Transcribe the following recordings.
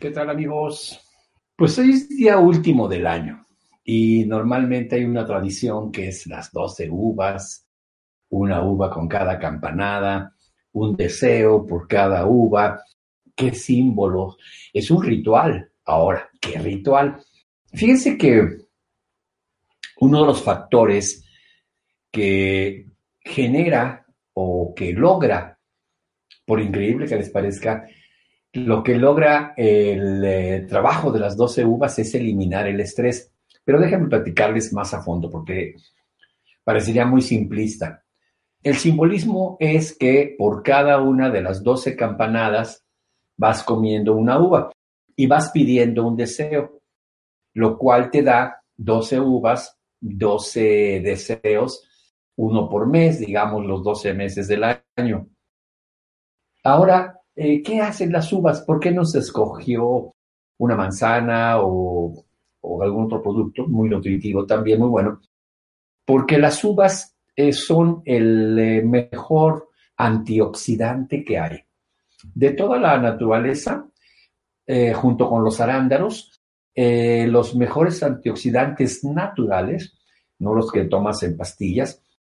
¿Qué tal, amigos? Pues hoy es día último del año y normalmente hay una tradición que es las 12 uvas, una uva con cada campanada, un deseo por cada uva. ¿Qué símbolo? Es un ritual. Ahora, ¿qué ritual? Fíjense que uno de los factores que genera o que logra, por increíble que les parezca, lo que logra el trabajo de las 12 uvas es eliminar el estrés. Pero déjenme platicarles más a fondo porque parecería muy simplista. El simbolismo es que por cada una de las 12 campanadas vas comiendo una uva y vas pidiendo un deseo, lo cual te da 12 uvas, 12 deseos, uno por mes, digamos los 12 meses del año. Ahora, ¿qué hacen las uvas? ¿Por qué no se escogió una manzana o algún otro producto muy nutritivo también, muy bueno? Porque las uvas son el mejor antioxidante que hay. De toda la naturaleza, junto con los arándanos, los mejores antioxidantes naturales, no los que tomas en pastillas,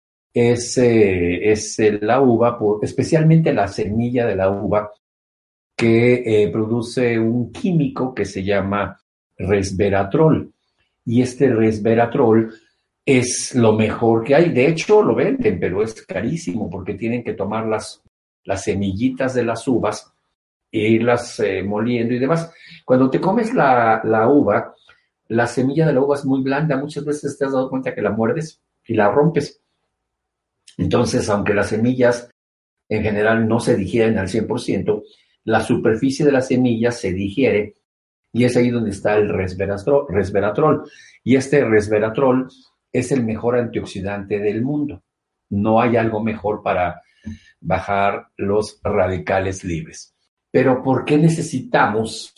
es la uva, especialmente la semilla de la uva, que produce un químico que se llama resveratrol. Y este resveratrol es lo mejor que hay. De hecho, lo venden, pero es carísimo porque tienen que tomar las semillitas de las uvas e irlas moliendo y demás. Cuando te comes la uva, la semilla de la uva es muy blanda. Muchas veces te has dado cuenta que la muerdes y la rompes. Entonces, aunque las semillas en general no se digieren al 100%, la superficie de la semilla se digiere y es ahí donde está el resveratrol. Y este resveratrol es el mejor antioxidante del mundo. No hay algo mejor para bajar los radicales libres. Pero ¿por qué necesitamos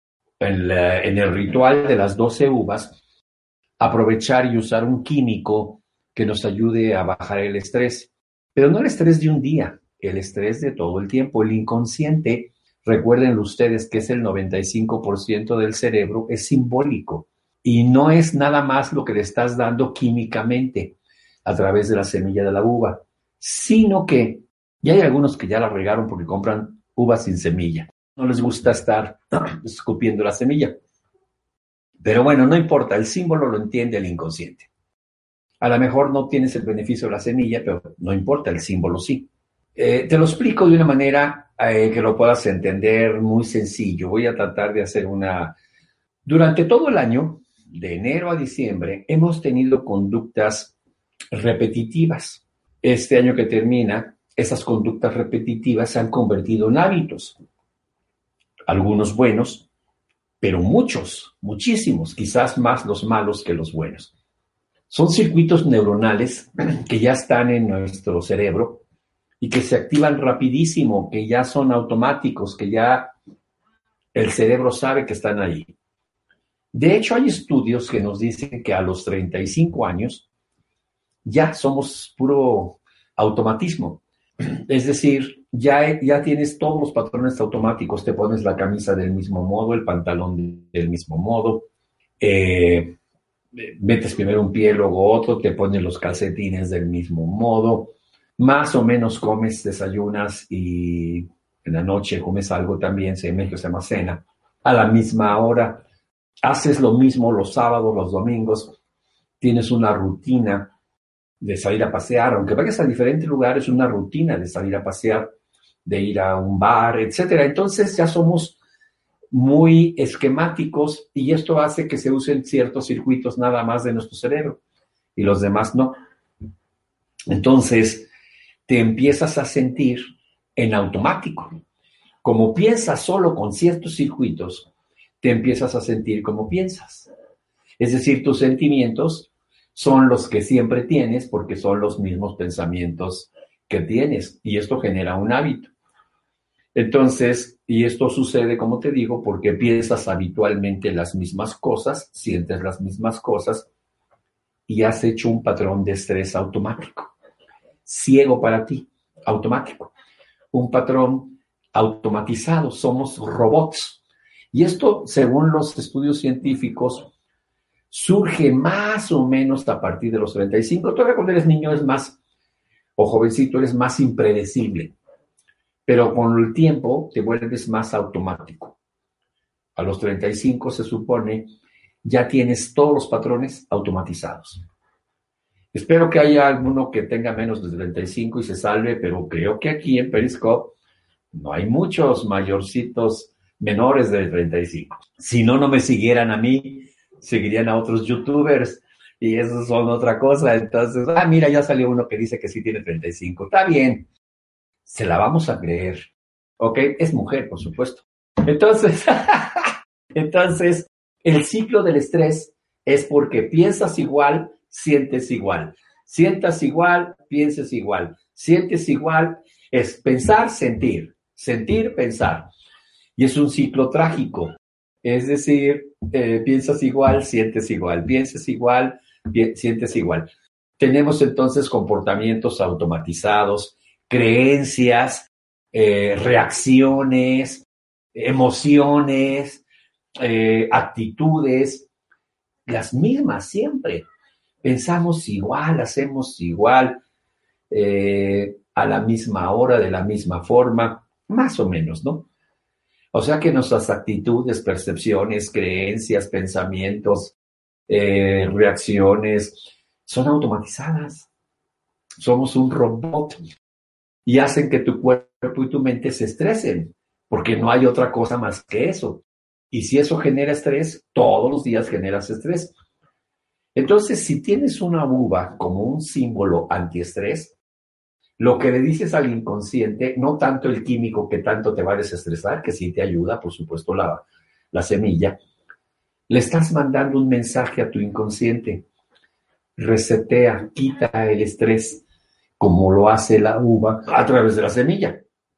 en el ritual de las 12 uvas aprovechar y usar un químico que nos ayude a bajar el estrés? Pero no el estrés de un día, el estrés de todo el tiempo. El inconsciente, recuerden ustedes que es el 95% del cerebro, es simbólico y no es nada más lo que le estás dando químicamente a través de la semilla de la uva, sino que ya hay algunos que ya la regaron porque compran uvas sin semilla. No les gusta estar escupiendo la semilla. Pero bueno, no importa, el símbolo lo entiende el inconsciente. A lo mejor no tienes el beneficio de la semilla, pero no importa, el símbolo sí. Te lo explico de una manera que lo puedas entender muy sencillo. Voy a tratar de hacer una... Durante todo el año, de enero a diciembre, hemos tenido conductas repetitivas. Este año que termina, esas conductas repetitivas se han convertido en hábitos. Algunos buenos, pero muchos, muchísimos, quizás más los malos que los buenos. Son circuitos neuronales que ya están en nuestro cerebro y que se activan rapidísimo, que ya son automáticos, que ya el cerebro sabe que están ahí. De hecho, hay estudios que nos dicen que a los 35 años ya somos puro automatismo. Es decir, ya tienes todos los patrones automáticos, te pones la camisa del mismo modo, el pantalón del mismo modo, metes primero un pie, luego otro, te pones los calcetines del mismo modo, más o menos comes, desayunas y en la noche comes algo también, en México se llama cena, a la misma hora, haces lo mismo los sábados, los domingos, tienes una rutina de salir a pasear, aunque vayas a diferentes lugares, una rutina de salir a pasear, de ir a un bar, etcétera. Entonces ya somos muy esquemáticos y esto hace que se usen ciertos circuitos nada más de nuestro cerebro y los demás no. Entonces te empiezas a sentir en automático. Como piensas solo con ciertos circuitos, te empiezas a sentir como piensas. Es decir, tus sentimientos son los que siempre tienes porque son los mismos pensamientos que tienes y esto genera un hábito. Entonces, y esto sucede, como te digo, porque piensas habitualmente las mismas cosas, sientes las mismas cosas y has hecho un patrón de estrés automático, ciego para ti, automático, un patrón automatizado, somos robots Y esto, según los estudios científicos, surge más o menos a partir de los 35. Todavía cuando eres niño es más, o jovencito, eres más impredecible, pero con el tiempo te vuelves más automático. A los 35 se supone ya tienes todos los patrones automatizados. Espero que haya alguno que tenga menos de 35 y se salve, pero creo que aquí en Periscope no hay muchos mayorcitos menores de 35. Si no, no me siguieran a mí, seguirían a otros youtubers y esos son otra cosa. Entonces, mira, ya salió uno que dice que sí tiene 35. Está bien, se la vamos a creer. ¿Ok? Es mujer, por supuesto. Entonces, entonces, el ciclo del estrés es porque piensas igual, sientes igual. Sientas igual, pienses igual. Sientes igual, es pensar, sentir. Sentir, pensar. Y es un ciclo trágico. Es decir, piensas igual, sientes igual. Piensas igual, sientes igual. Tenemos entonces comportamientos automatizados, creencias, reacciones, emociones, actitudes, las mismas siempre. Pensamos igual, hacemos igual, a la misma hora, de la misma forma, más o menos, ¿no? O sea que nuestras actitudes, percepciones, creencias, pensamientos, reacciones, son automatizadas. Somos un robot y hacen que tu cuerpo y tu mente se estresen, porque no hay otra cosa más que eso. Y si eso genera estrés, todos los días generas estrés. Entonces, si tienes una uva como un símbolo antiestrés, lo que le dices al inconsciente, no tanto el químico que tanto te va a desestresar, que sí te ayuda, por supuesto, la semilla, le estás mandando un mensaje a tu inconsciente. Resetea, quita el estrés, como lo hace la uva a través de la semilla.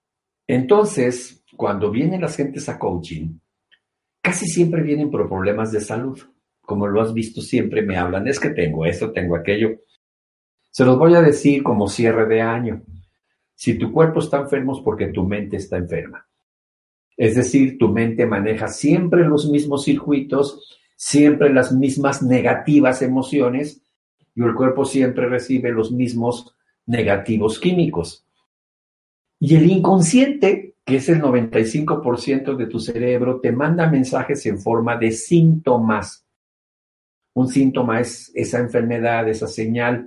Entonces, cuando vienen las gentes a coaching, casi siempre vienen por problemas de salud. Como lo has visto, siempre me hablan, es que tengo esto, tengo aquello. Se los voy a decir como cierre de año. Si tu cuerpo está enfermo es porque tu mente está enferma. Es decir, tu mente maneja siempre los mismos circuitos, siempre las mismas negativas emociones y el cuerpo siempre recibe los mismos negativos químicos. Y el inconsciente, que es el 95% de tu cerebro, te manda mensajes en forma de síntomas. Un síntoma es esa enfermedad, esa señal.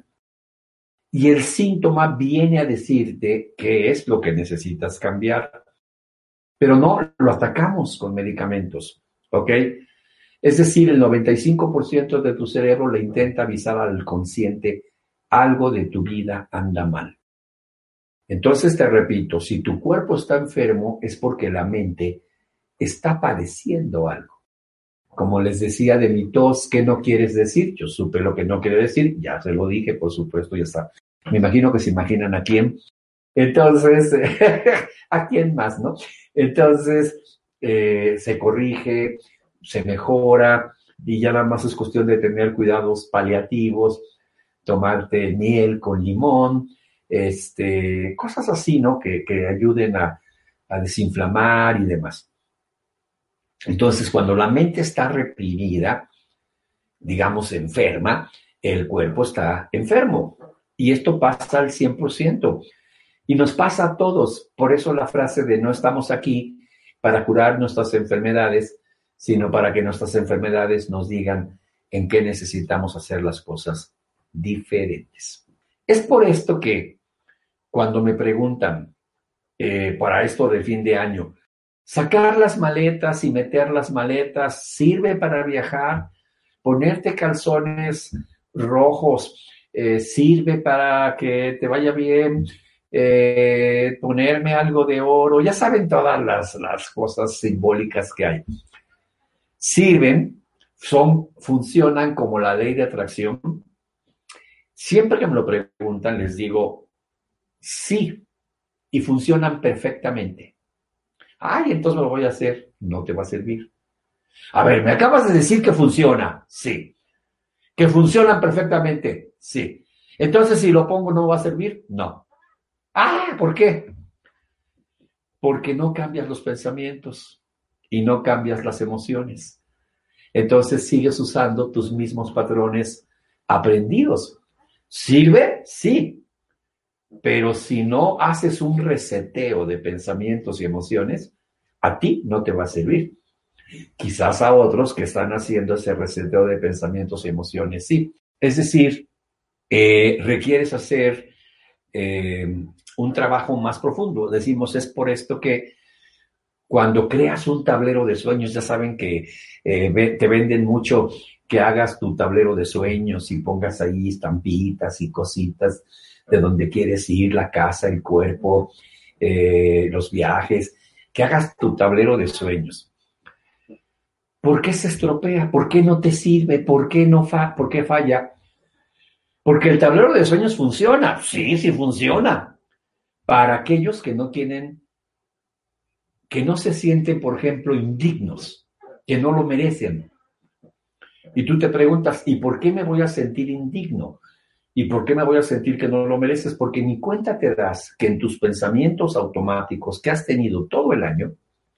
Y el síntoma viene a decirte qué es lo que necesitas cambiar. Pero no lo atacamos con medicamentos, ¿ok? Es decir, el 95% de tu cerebro le intenta avisar al consciente, algo de tu vida anda mal. Entonces te repito, si tu cuerpo está enfermo es porque la mente está padeciendo algo. Como les decía de mi tos, ¿qué no quieres decir? Yo supe lo que no quiere decir, ya se lo dije, por supuesto, ya está. Me imagino que se imaginan a quién. Entonces, ¿a quién más, no? Entonces, se corrige, se mejora y ya nada más es cuestión de tener cuidados paliativos, tomarte miel con limón, cosas así, ¿no? Que ayuden a desinflamar y demás. Entonces, cuando la mente está reprimida, digamos enferma, el cuerpo está enfermo. Y esto pasa al 100%. Y nos pasa a todos. Por eso la frase de no estamos aquí para curar nuestras enfermedades, sino para que nuestras enfermedades nos digan en qué necesitamos hacer las cosas diferentes. Es por esto que cuando me preguntan para esto de fin de año, sacar las maletas y meter las maletas sirve para viajar, ponerte calzones rojos sirve para que te vaya bien, ponerme algo de oro, ya saben todas las cosas simbólicas que hay. Sirven, funcionan como la ley de atracción. Siempre que me lo preguntan les digo, sí, y funcionan perfectamente. Ay, entonces me lo voy a hacer. No te va a servir. A ver, me acabas de decir que funciona. Sí. ¿Que funcionan perfectamente? Sí. Entonces, si lo pongo, ¿no va a servir? No. Ah, ¿por qué? Porque no cambias los pensamientos. y no cambias las emociones. Entonces sigues usando tus mismos patrones aprendidos. ¿Sirve? Sí. Pero si no haces un reseteo de pensamientos y emociones, a ti no te va a servir. Quizás a otros que están haciendo ese reseteo de pensamientos y emociones, sí. Es decir, requieres hacer un trabajo más profundo. Decimos, es por esto que cuando creas un tablero de sueños, ya saben que te venden mucho que hagas tu tablero de sueños y pongas ahí estampitas y cositas de donde quieres ir, la casa, el cuerpo, los viajes, que hagas tu tablero de sueños. ¿Por qué se estropea? ¿Por qué no te sirve? ¿Por qué por qué falla? Porque el tablero de sueños funciona. Sí, sí funciona. Para aquellos que no tienen, que no se sienten, por ejemplo, indignos, que no lo merecen. Y tú te preguntas, ¿y por qué me voy a sentir indigno? ¿Y por qué me voy a sentir que no lo mereces? Porque ni cuenta te das que en tus pensamientos automáticos que has tenido todo el año,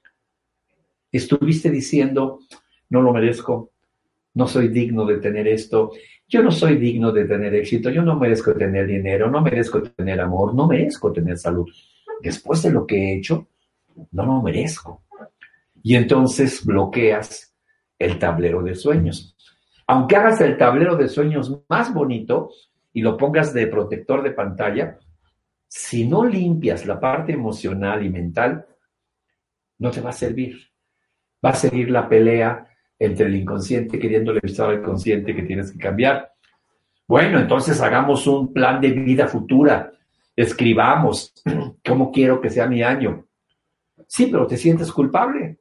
estuviste diciendo, no lo merezco, no soy digno de tener esto, yo no soy digno de tener éxito, yo no merezco tener dinero, no merezco tener amor, no merezco tener salud. Después de lo que he hecho, no lo merezco. Y entonces bloqueas el tablero de sueños. Aunque hagas el tablero de sueños más bonito y lo pongas de protector de pantalla, si no limpias la parte emocional y mental, no te va a servir. Va a seguir la pelea entre el inconsciente queriéndole avisar al consciente que tienes que cambiar. Bueno, entonces hagamos un plan de vida futura. Escribamos cómo quiero que sea mi año. Sí, pero te sientes culpable.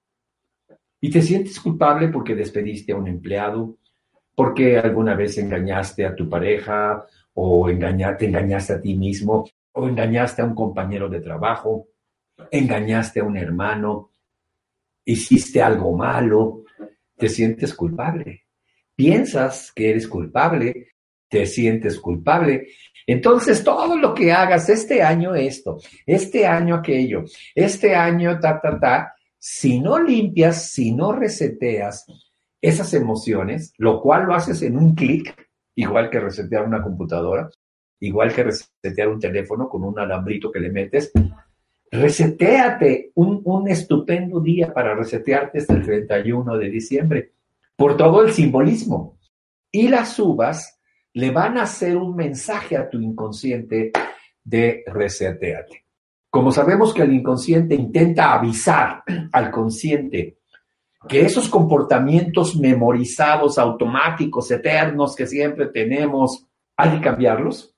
Y te sientes culpable porque despediste a un empleado, porque alguna vez engañaste a tu pareja, o te engañaste a ti mismo, o engañaste a un compañero de trabajo, engañaste a un hermano, hiciste algo malo, te sientes culpable. Piensas que eres culpable, te sientes culpable. Entonces, todo lo que hagas este año esto, este año aquello, este año si no limpias, si no reseteas esas emociones, lo cual lo haces en un clic, igual que resetear una computadora, igual que resetear un teléfono con un alambrito que le metes, resetéate un estupendo día para resetearte hasta el 31 de diciembre, por todo el simbolismo. Y las uvas le van a hacer un mensaje a tu inconsciente de reseteate. Como sabemos que el inconsciente intenta avisar al consciente que esos comportamientos memorizados, automáticos, eternos que siempre tenemos, hay que cambiarlos.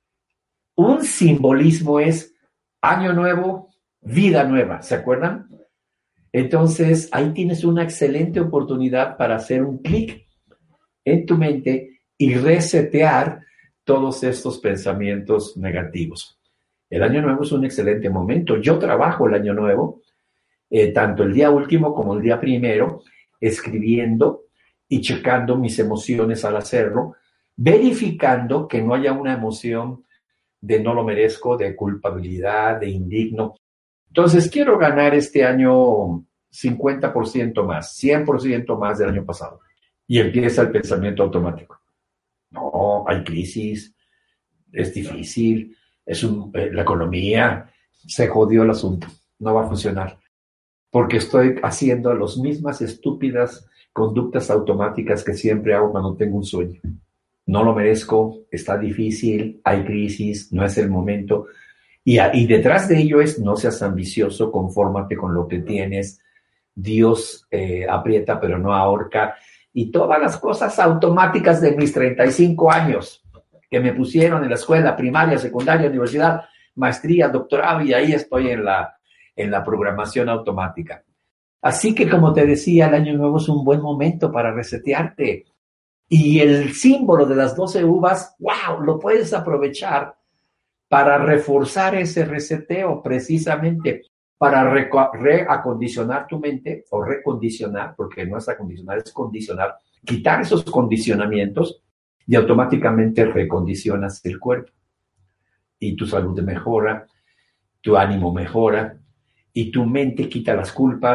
Un simbolismo es año nuevo, vida nueva, ¿se acuerdan? Entonces, ahí tienes una excelente oportunidad para hacer un clic en tu mente y resetear todos estos pensamientos negativos. El año nuevo es un excelente momento. Yo trabajo el año nuevo, tanto el día último como el día primero, escribiendo y checando mis emociones al hacerlo, verificando que no haya una emoción de no lo merezco, de culpabilidad, de indigno. Entonces, quiero ganar este año 50% más, 100% más del año pasado. Y empieza el pensamiento automático. No, hay crisis, es difícil, la economía, se jodió el asunto, no va a funcionar. Porque estoy haciendo las mismas estúpidas conductas automáticas que siempre hago cuando tengo un sueño. No lo merezco, está difícil, hay crisis, no es el momento. Y detrás de ello es, no seas ambicioso, confórmate con lo que tienes. Dios aprieta pero no ahorca. Y todas las cosas automáticas de mis 35 años que me pusieron en la escuela, primaria, secundaria, universidad, maestría, doctorado, y ahí estoy en la programación automática. Así que, como te decía, el año nuevo es un buen momento para resetearte. Y el símbolo de las 12 uvas, wow, lo puedes aprovechar para reforzar ese reseteo, precisamente para reacondicionar tu mente, o recondicionar, porque no es acondicionar, es condicionar, quitar esos condicionamientos y automáticamente recondicionas el cuerpo. Y tu salud mejora, tu ánimo mejora, y tu mente quita las culpas,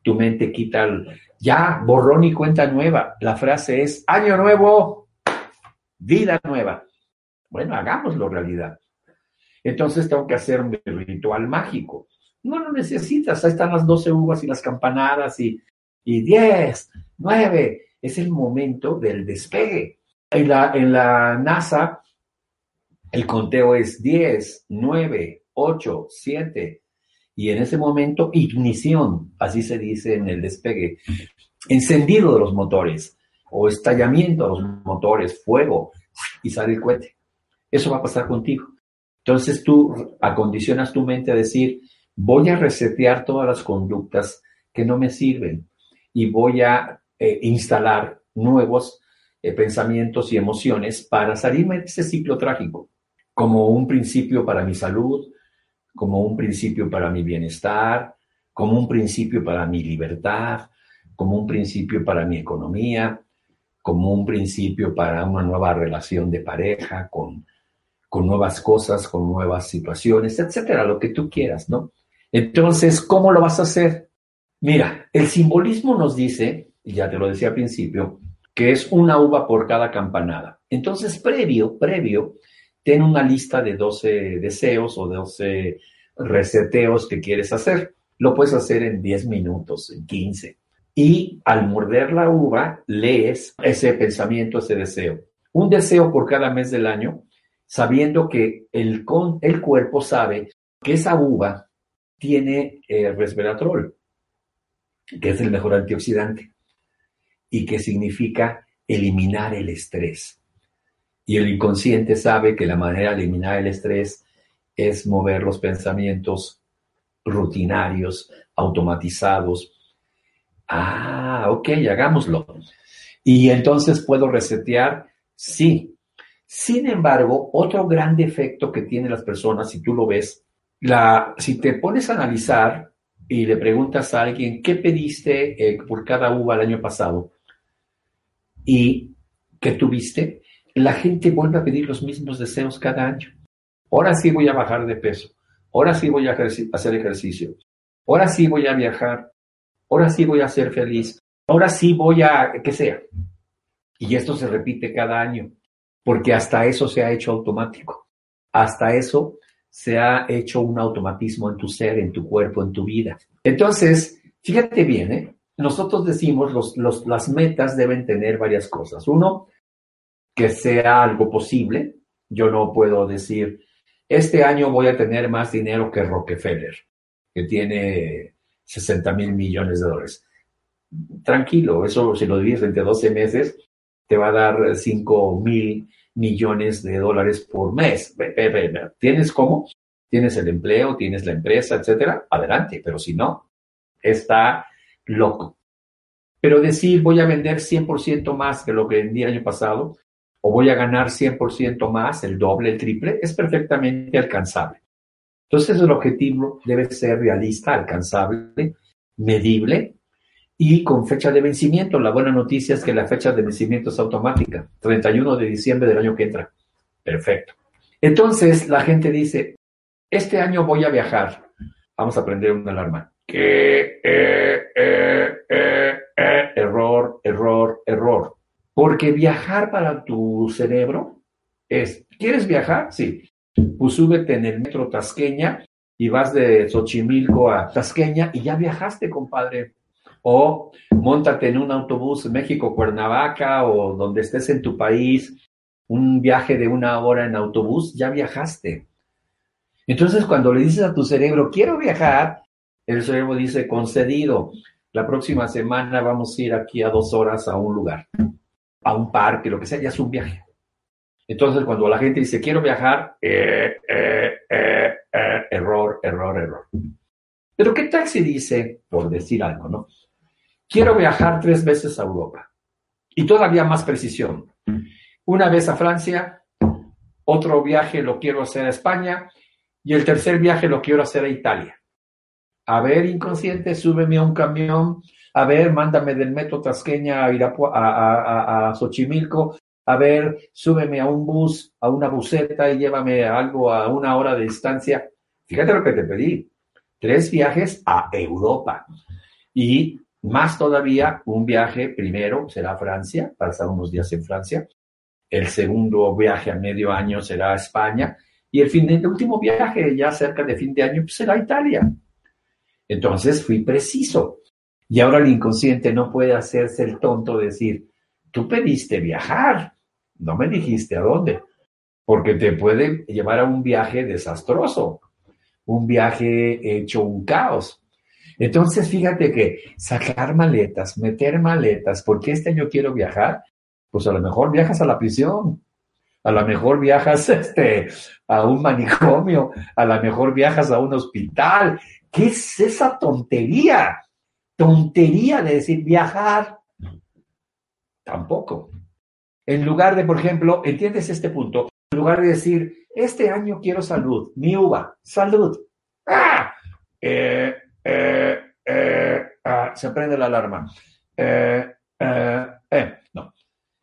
tu mente quita ya, borrón y cuenta nueva. La frase es, año nuevo, vida nueva. Bueno, hagámoslo realidad. Entonces tengo que hacer mi ritual mágico. No lo necesitas, ahí están las 12 uvas y las campanadas y 10, 9. Es el momento del despegue. En la NASA, el conteo es 10, 9, 8, 7. Y en ese momento, ignición, así se dice en el despegue. Encendido de los motores o estallamiento de los motores, fuego, y sale el cohete. Eso va a pasar contigo. Entonces tú acondicionas tu mente a decir, voy a resetear todas las conductas que no me sirven y voy a instalar nuevos pensamientos y emociones para salirme de ese ciclo trágico, como un principio para mi salud, como un principio para mi bienestar, como un principio para mi libertad, como un principio para mi economía, como un principio para una nueva relación de pareja, con nuevas cosas, con nuevas situaciones, etcétera, lo que tú quieras, ¿no? Entonces, ¿cómo lo vas a hacer? Mira, el simbolismo nos dice, y ya te lo decía al principio, que es una uva por cada campanada. Entonces, previo, ten una lista de 12 deseos o 12 reseteos que quieres hacer. Lo puedes hacer en 10 minutos, en 15. Y al morder la uva, lees ese pensamiento, ese deseo. Un deseo por cada mes del año, sabiendo que el cuerpo sabe que esa uva tiene resveratrol, que es el mejor antioxidante, y que significa eliminar el estrés. Y el inconsciente sabe que la manera de eliminar el estrés es mover los pensamientos rutinarios, automatizados. Ok, hagámoslo. Y entonces puedo resetear, sí. Sin embargo, otro gran defecto que tienen las personas, si tú lo ves, si te pones a analizar y le preguntas a alguien qué pediste por cada uva el año pasado y qué tuviste, la gente vuelve a pedir los mismos deseos cada año. Ahora sí voy a bajar de peso, ahora sí voy a hacer ejercicio, ahora sí voy a viajar, ahora sí voy a ser feliz, ahora sí voy a, que sea. Y esto se repite cada año, porque hasta eso se ha hecho automático. Hasta eso se ha hecho un automatismo en tu ser, en tu cuerpo, en tu vida. Entonces, fíjate bien, nosotros decimos las metas deben tener varias cosas. Uno, que sea algo posible. Yo no puedo decir, este año voy a tener más dinero que Rockefeller, que tiene 60,000 millones de dólares. Tranquilo, eso si lo divides entre 12 meses, te va a dar 5,000 millones de dólares por mes. ¿Tienes cómo? ¿Tienes el empleo? ¿Tienes la empresa, etcétera? Adelante, pero si no, está loco. Pero decir voy a vender 100% más que lo que vendí el año pasado o voy a ganar 100% más, el doble, el triple, es perfectamente alcanzable. Entonces el objetivo debe ser realista, alcanzable, medible y con fecha de vencimiento. La buena noticia es que la fecha de vencimiento es automática, 31 de diciembre del año que entra. Perfecto. Entonces la gente dice, este año voy a viajar. Vamos a prender una alarma. Error. Porque viajar para tu cerebro es, ¿quieres viajar? Sí. Pues súbete en el metro Tasqueña y vas de Xochimilco a Tasqueña y ya viajaste, compadre. O móntate en un autobús México-Cuernavaca o donde estés en tu país, un viaje de 1 hora en autobús, ya viajaste. Entonces, cuando le dices a tu cerebro, quiero viajar, el cerebro dice, concedido. La próxima semana vamos a ir aquí a 2 horas a un lugar, a un parque, lo que sea, ya es un viaje. Entonces, cuando la gente dice, quiero viajar, error. Pero ¿qué tal si dice, por decir algo, ¿no? Quiero viajar 3 veces a Europa. Y todavía más precisión. Una vez a Francia, otro viaje lo quiero hacer a España, y el tercer viaje lo quiero hacer a Italia. A ver, inconsciente, súbeme a un camión. A ver, mándame del metro Tasqueña a Xochimilco. A ver, súbeme a un bus, a una buseta y llévame algo a 1 hora de distancia. Fíjate lo que te pedí. 3 viajes a Europa. Y más todavía, un viaje primero será a Francia, para estar unos días en Francia. El segundo viaje a medio año será a España. Y el último viaje, ya cerca de fin de año, pues será a Italia. Entonces fui preciso. Y ahora el inconsciente no puede hacerse el tonto de decir, tú pediste viajar, no me dijiste a dónde, porque te puede llevar a un viaje desastroso, un viaje hecho un caos. Entonces, fíjate que sacar maletas, meter maletas, porque este año quiero viajar, pues a lo mejor viajas a la prisión, a lo mejor viajas a un manicomio, a lo mejor viajas a un hospital. ¿Qué es esa tontería? Tontería de decir viajar. Tampoco. En lugar de, por ejemplo, ¿entiendes este punto? En lugar de decir, este año quiero salud, mi uva, salud. ¡Ah! Se prende la alarma. No.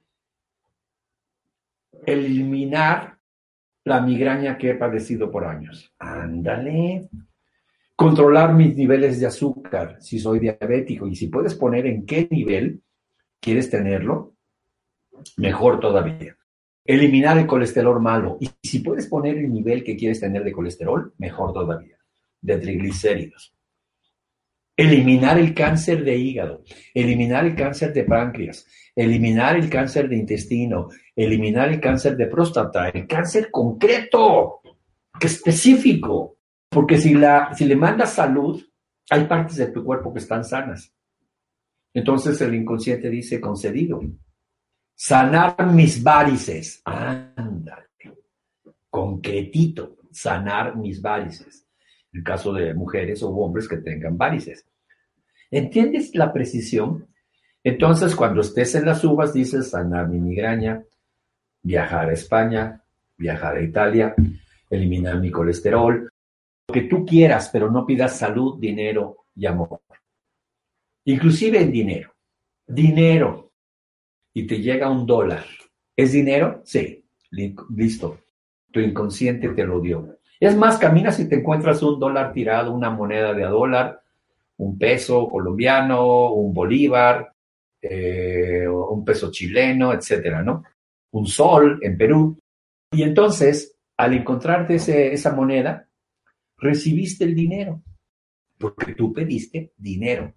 Eliminar la migraña que he padecido por años. Ándale. Controlar mis niveles de azúcar, si soy diabético, y si puedes poner en qué nivel quieres tenerlo, mejor todavía. Eliminar el colesterol malo, y si puedes poner el nivel que quieres tener de colesterol, mejor todavía. De triglicéridos. Eliminar el cáncer de hígado, eliminar el cáncer de páncreas, eliminar el cáncer de intestino, eliminar el cáncer de próstata, el cáncer concreto, específico. Porque si le mandas salud, hay partes de tu cuerpo que están sanas. Entonces el inconsciente dice, concedido. Sanar mis varices. Ándale. Concretito. Sanar mis varices. En el caso de mujeres o hombres que tengan varices. ¿Entiendes la precisión? Entonces, cuando estés en las uvas, dices sanar mi migraña, viajar a España, viajar a Italia, eliminar mi colesterol, lo que tú quieras, pero no pidas salud, dinero y amor. Inclusive en dinero. Dinero. Y te llega $1. ¿Es dinero? Sí. Listo. Tu inconsciente te lo dio. Es más, caminas y te encuentras $1 tirado, una moneda de $1, un peso colombiano, un bolívar, un peso chileno, etcétera, ¿no? Un sol en Perú. Y entonces, al encontrarte esa moneda, recibiste el dinero, porque tú pediste dinero.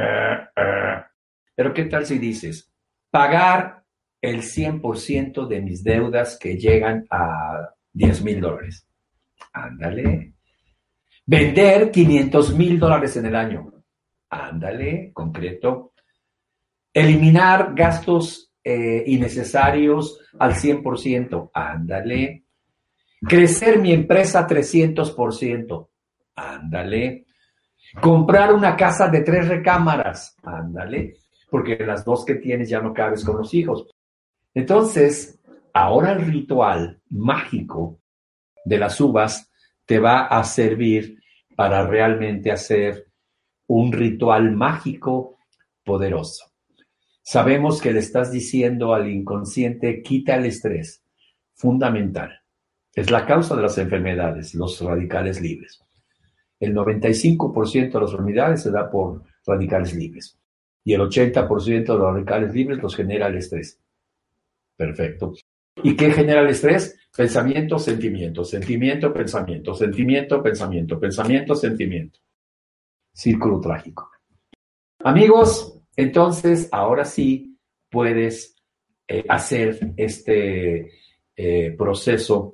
Pero ¿qué tal si dices, pagar el 100% de mis deudas que llegan a $10,000? Ándale. Vender $500,000 en el año. Ándale, concreto. Eliminar gastos innecesarios al 100%. Ándale. Crecer mi empresa 300%. Ándale. Comprar una casa de 3 recámaras. Ándale. Porque las 2 que tienes ya no cabes con los hijos. Entonces, ahora el ritual mágico de las uvas te va a servir para realmente hacer un ritual mágico poderoso. Sabemos que le estás diciendo al inconsciente, quita el estrés, fundamental. Es la causa de las enfermedades, los radicales libres. El 95% de las enfermedades se da por radicales libres. Y el 80% de los radicales libres los genera el estrés. Perfecto. ¿Y qué genera el estrés? Pensamiento, sentimiento, sentimiento, pensamiento, sentimiento, pensamiento, pensamiento, sentimiento. Círculo trágico. Amigos, entonces ahora sí puedes hacer este proceso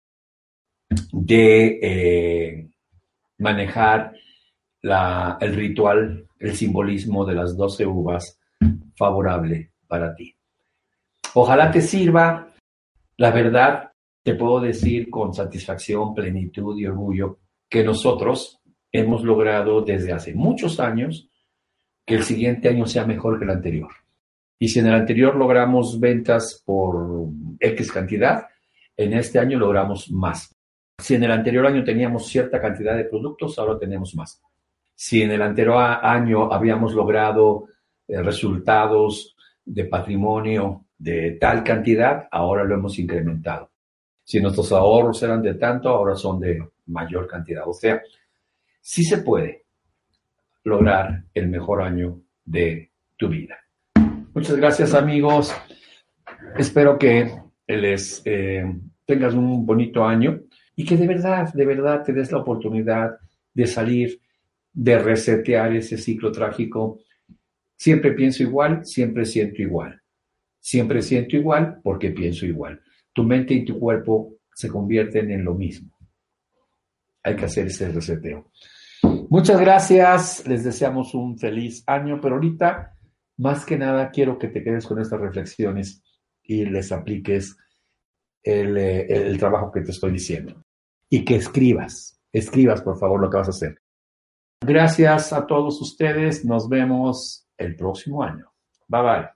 de manejar el ritual, el simbolismo de las 12 uvas favorable para ti. Ojalá te sirva. La verdad, te puedo decir con satisfacción, plenitud y orgullo que nosotros hemos logrado desde hace muchos años que el siguiente año sea mejor que el anterior. Y si en el anterior logramos ventas por X cantidad, en este año logramos más. Si en el anterior año teníamos cierta cantidad de productos, ahora tenemos más. Si en el anterior año habíamos logrado resultados de patrimonio de tal cantidad, ahora lo hemos incrementado. Si nuestros ahorros eran de tanto, ahora son de mayor cantidad. O sea, sí se puede. lograr el mejor año de tu vida. Muchas gracias, amigos. Espero que les tengas un bonito año y que de verdad te des la oportunidad de salir, de resetear ese ciclo trágico. Siempre pienso igual, siempre siento igual. Siempre siento igual porque pienso igual. Tu mente y tu cuerpo se convierten en lo mismo. Hay que hacer ese reseteo. Muchas gracias, les deseamos un feliz año, pero ahorita, más que nada, quiero que te quedes con estas reflexiones y les apliques el trabajo que te estoy diciendo. Y que escribas por favor lo que vas a hacer. Gracias a todos ustedes, nos vemos el próximo año. Bye bye.